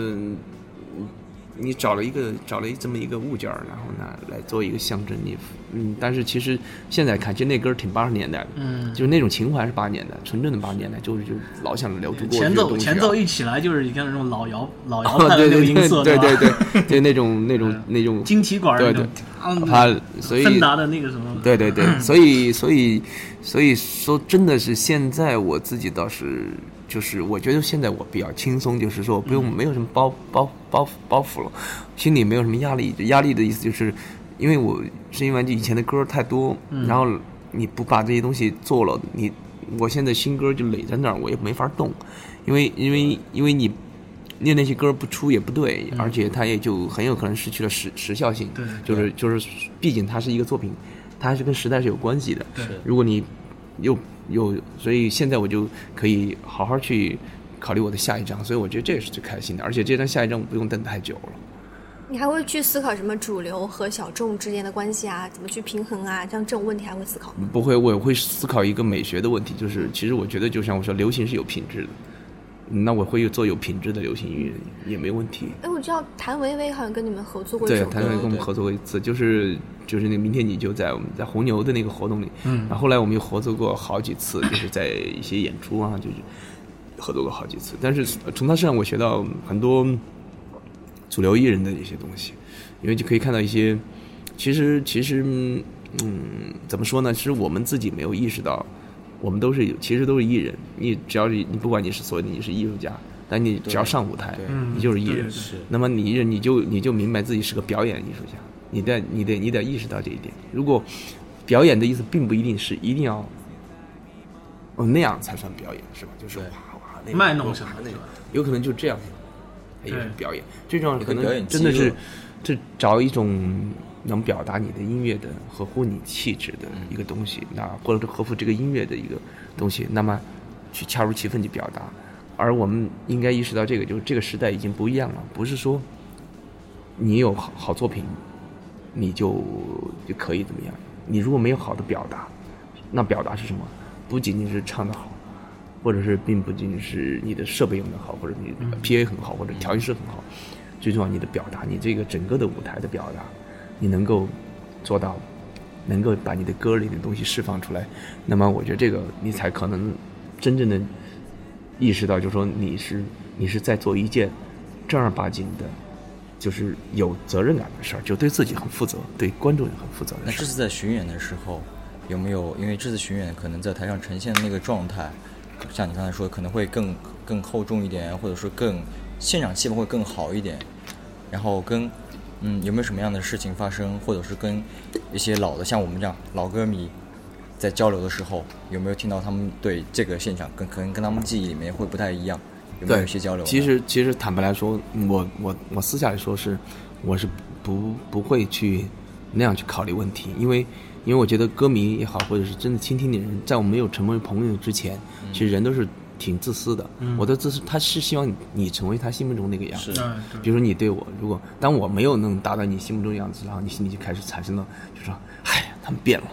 你找了这么一个物件，然后呢来做一个象征，但是其实现在看，其实那歌挺80年代的，就是那种情怀是80年代，纯正的80年代，就老想留住过去的东西。 前奏一起来就是你看那种老摇派的那个音色， 对那种晶体管那种， 所以芬达的那个什么， 对，所以说真的是现在我自己倒是。就是我觉得现在我比较轻松，就是说没有什么包袱了，心里没有什么压力。压力的意思就是因为我是因为以前的歌太多，然后你不把这些东西做了，我现在新歌就垒在那儿，我也没法动，因为你那些歌不出也不对，而且它也就很有可能失去了时效性。对，就是毕竟它是一个作品，它还是跟时代是有关系的。 对， 如果你所以现在我就可以好好去考虑我的下一张，所以我觉得这个是最开心的，而且这张下一张我不用等太久了。 你还会去思考什么主流和小众之间的关系啊，怎么去平衡啊，像这种问题还会思考吗？ 不会，我会思考一个美学的问题，就是其实我觉得就像我说，流行是有品质的，那我会做有品质的流行音乐也没问题。 我知道谭维维好像跟你们合作过一首歌。 对，谭维维跟我们合作过一次，就是那个明天你就在我们在红牛的那个活动里，然后后来我们又合作过好几次，就是在一些演出啊，就是合作过好几次。但是从他身上我学到很多主流艺人的一些东西，因为就可以看到一些，其实怎么说呢？其实我们自己没有意识到，我们其实都是艺人。只要你不管你是所谓的你是艺术家，但你只要上舞台，你就是艺人。那么你艺人，你就明白自己是个表演艺术家。你得意识到这一点。如果表演的意思并不一定要那样才算表演，是吧？就是卖弄什么那个，有可能就这样，也是表演。最重要的可能真的是找一种能表达你的音乐的合乎你气质的一个东西，那或者合乎这个音乐的一个东西，那么去恰如其分去表达。而我们应该意识到这个，就是这个时代已经不一样了，不是说你有好作品你就可以怎么样。你如果没有好的表达，那表达是什么？不仅仅是唱得好，或者是并不仅仅是你的设备用得好，或者你 PA 很好，或者调音师很好，最重要你的表达，你这个整个的舞台的表达，你能够做到，能够把你的歌里的东西释放出来，那么我觉得这个你才可能真正的意识到，就是说你是在做一件正儿八经的，就是有责任感的事儿，就对自己很负责，对观众也很负责的事。 那这次在巡演的时候，有没有因为这次巡演可能在台上呈现的那个状态，像你刚才说可能会更厚重一点，或者说现场气氛会更好一点，然后有没有什么样的事情发生，或者是跟一些像我们这样老歌迷在交流的时候，有没有听到他们对这个现场可能跟他们记忆里面会不太一样，有没有一些交流？ 其实坦白来说，我私下里说我是不会去那样去考虑问题，因为我觉得歌迷也好，或者是真的倾听的人，在我们没有成为朋友之前，其实人都是挺自私的。我的自私，他是希望你成为他心目中那个样子。比如说你对我，如果当我没有能达到你心目中的样子，然后你心里就开始产生了，就说，哎呀，他们变了。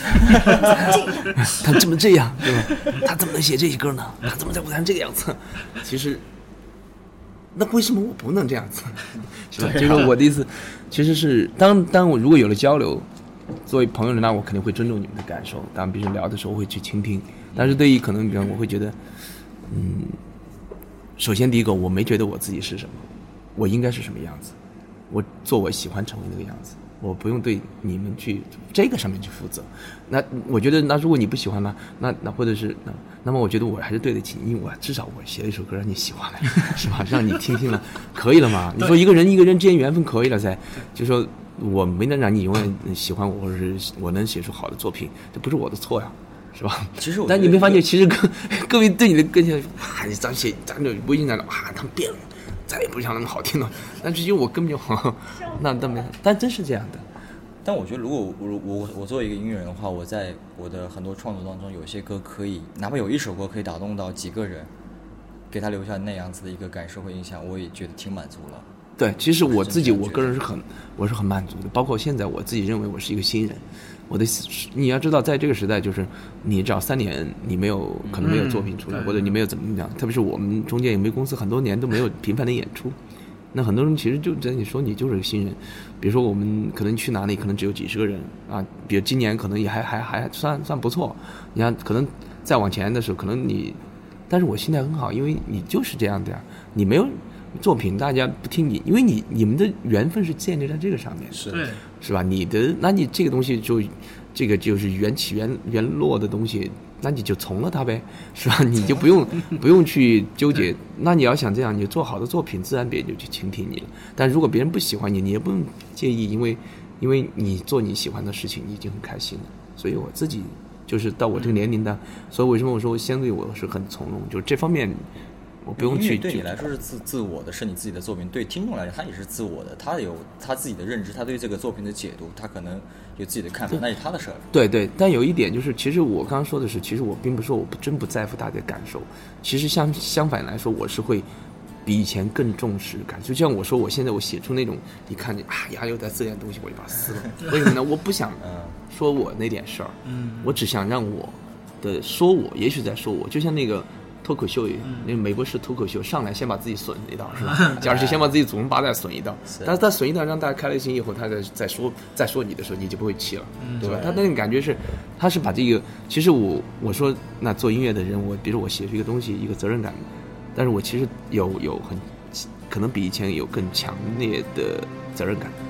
他怎么这样，对吧？他怎么能写这些歌呢？他怎么在舞台上这个样子？其实，那为什么我不能这样子？是吧？就是我的意思，其实是当我如果有了交流，作为朋友的，那我肯定会尊重你们的感受。当然，别人聊的时候会去倾听。但是对于可能，比方我会觉得，首先第一个，我没觉得我自己是什么，我应该是什么样子，我做我喜欢成为那个样子。我不用对你们去这个上面去负责。那我觉得，那如果你不喜欢呢，那或者是那么我觉得我还是对得起你，因为至少我写了一首歌让你喜欢了，是吧？让你听了，可以了嘛？你说一个人之间缘分可以了噻，就说我没能让你永远喜欢我，或者是我能写出好的作品，这不是我的错呀，是吧？ 其实但你没发现，其实各位对你的更新咱就不应该了他们变了。再也不像那么好听了，但是因为我根本就那没，但真是这样的。 但我觉得，如果我作为一个音乐人的话，我在我的很多创作当中，有些歌可以，哪怕有一首歌可以打动到几个人， 给他留下那样子的一个感受和印象，我也觉得挺满足了。 对，其实我个人是很满足的，包括现在我自己认为我是一个新人。你要知道，在这个时代，就是你只要3年你可能没有作品出来，或者你没有怎么样，特别是我们中间也没公司很多年都没有频繁的演出，那很多人其实就在你说你就是个新人。比如说我们可能去哪里可能只有几十个人啊，比如今年可能也还算不错。你看可能再往前的时候可能但是我心态很好，因为你就是这样的呀，你没有作品大家不听你，因为你们的缘分是建立在这个上面，是吧？那你这个东西这个就是缘起缘落的东西，那你就从了它呗，是吧？你就不用去纠结。那你要想这样，你做好的作品，自然别人就去倾听你了。但如果别人不喜欢你，你也不用介意，因为你做你喜欢的事情，你已经很开心了。所以我自己就是到我这个年龄的，所以为什么我说相对我是很从容，就是这方面。我不用去， 对你来说是自我的，是你自己的作品；对听众来讲，他也是自我的，他有他自己的认知，他对这个作品的解读，他可能有自己的看法，那是他的事儿。 对，但有一点就是，其实我刚刚说的是，其实我并不是说我真不在乎大家的感受，其实相反来说，我是会比以前更重视感受。就像我说，我现在我写出那种一看见呀有点字眼的东西，我就把它撕了。为什么呢？我不想说我那点事儿，我只想让我的说我，也许在说我，就像那个。脱口秀，那个美国式脱口秀上来先把自己损一道是吧？假如是先把自己祖宗八代损一道，但是他损一道让大家开了心以后，他再说你的时候，你就不会气了，对吧？他那种感觉是，他是把这个，其实我说那做音乐的人，比如我写出一个东西，一个责任感，但是我其实有很可能比以前有更强烈的责任感。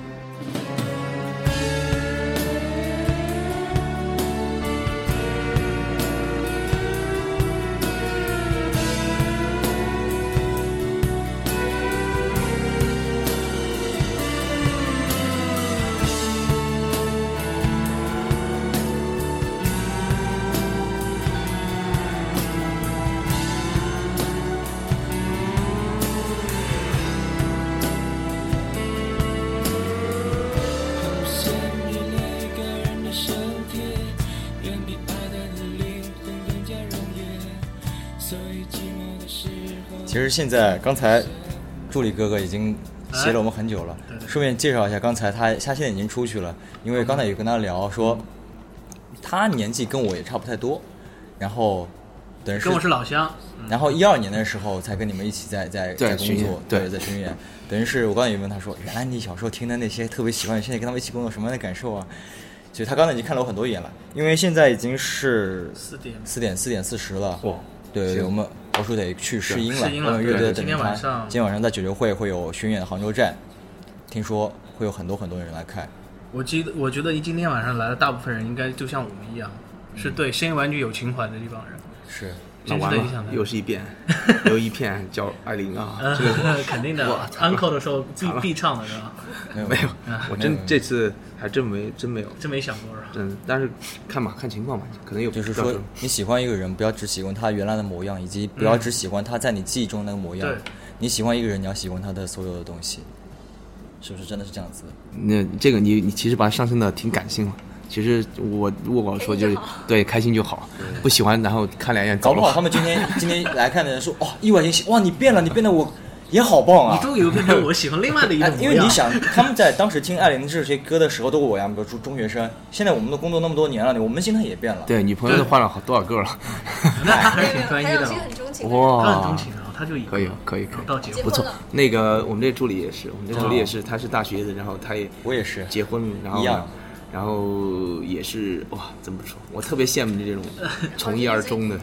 其实现在刚才助理哥哥已经写了我们很久了，顺便介绍一下，刚才他现在已经出去了，因为刚才有跟他聊说，他年纪跟我也差不太多，然后等于是跟我是老乡， 然后12年的时候才跟你们一起在工作，对，在巡演，等于是我刚才也问他说，原来你小时候听的那些特别喜欢，你现在跟他们一起工作什么样的感受啊？所以他刚才已经看了我很多眼了，因为现在已经是4点40了，对，我们欧叔得去试音了，我们乐队等着他。今天晚上在九九会会有巡演的杭州站，听说会有很多人来看。 我觉得今天晚上来的大部分人应该就像我们一样，是对声音玩具有情怀的这帮人。 是， 那完了，又是一片叫艾琳啊，这个肯定的。uncle 的时候必唱的是吧？ 没有，我这次还真没有， 真没想过是吧？ 但是看情况吧，可能有。 就是说，你喜欢一个人，不要只喜欢他原来的模样，以及不要只喜欢他在你记忆中那个模样。你喜欢一个人，你要喜欢他的所有的东西，是不是真的是这样子的？ 那这个你其实把它上升的挺感性了。其实我说就是对开心就好，不喜欢然后看两眼走了。 搞不好他们今天来看的人说，意外惊喜，哇，你变了，你变得我也好棒啊！ 你终于变成我喜欢另外的一种模样。 因为你想，他们在当时听艾琳这些歌的时候都我呀，比如中学生。现在我们的工作那么多年了，我们心态也变了。 对，女朋友都换了多少个了？ 那他还是挺专一的。 哇， 他很钟情啊，他就可以到结婚不错。那个我们这助理也是，他是大学的，然后我也是结婚，然后一样。 然后也是哇，怎么说？我特别羡慕这种从一而终的。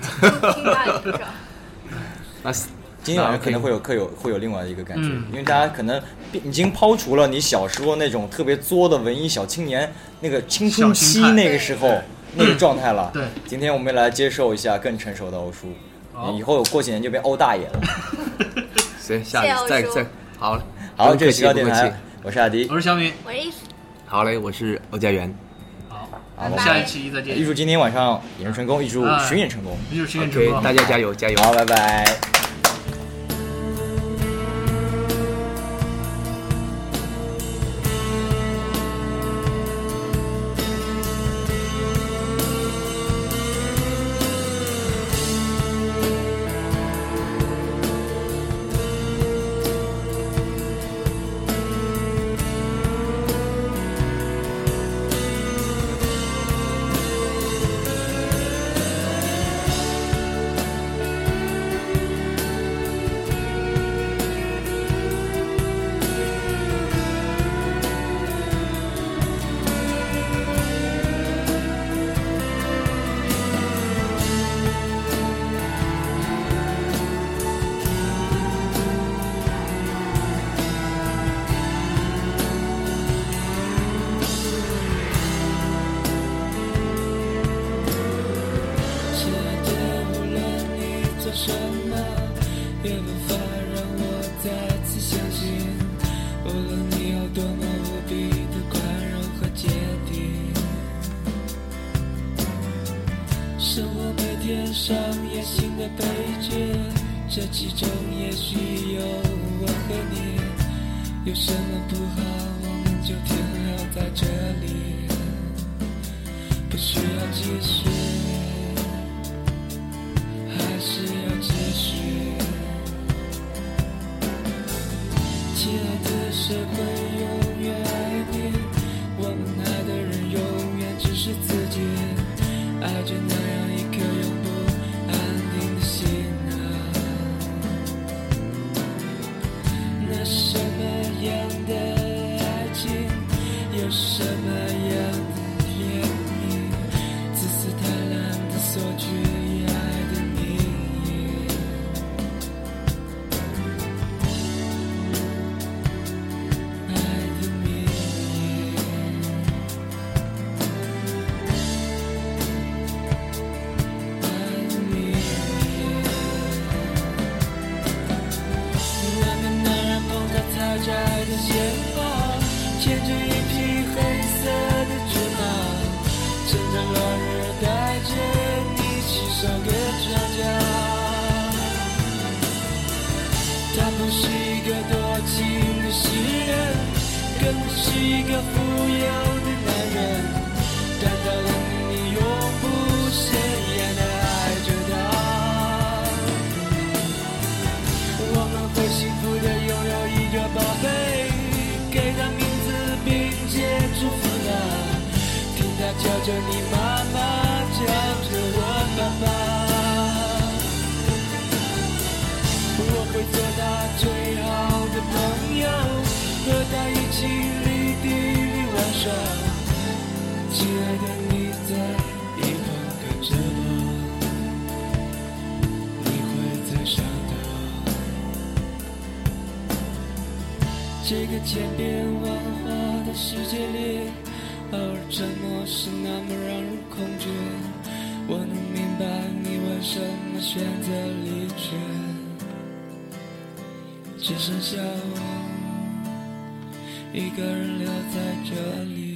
那今天晚上可能会有另外一个感觉，因为大家可能已经抛除了你小时候那种特别作的文艺小青年那个青春期那个时候那个状态了。 对， 今天我们来接受一下更成熟的欧叔，以后过几年就变欧大爷了。 行，下次再好， 这是西高电台，我是阿迪， 我是小米， 我是伊芙。 好嘞，我是欧家园。 好，我们下一期再见。 预祝今天晚上演出成功，预祝巡演成功， 预祝巡演成功， 大家加油！ 好，拜拜。 天上演新的配角，这其中也许有我和你。有什么不好，我们就停留在这里，不需要继续，还是要继续。亲爱的，谁会永远爱你？我们爱的人永远只是自己，爱着那样一颗永不安定的心啊。那什么样的爱情，有什么样的甜蜜，自私贪婪的索取以爱的名义，爱的名义，爱的名义。那个男人捧着采摘的鲜花，牵着一匹黑色的骏马，趁着落日带着你去烧个庄稼。他不是一个多情的诗人，更不是一个富有的男人，但他让你永不生厌地爱着他。我们会幸福地拥有一个宝贝，给他名字并且祝福他，听他叫着你妈妈，叫着我爸爸。我会做他最好的朋友，和他一起绿地里玩耍。亲爱的，你在一旁跟着我，你会最伤的。这个千变万化的世界里，偶尔沉默是那么让人恐惧。我能明白你为什么选择离去，只剩下我一个人留在这里。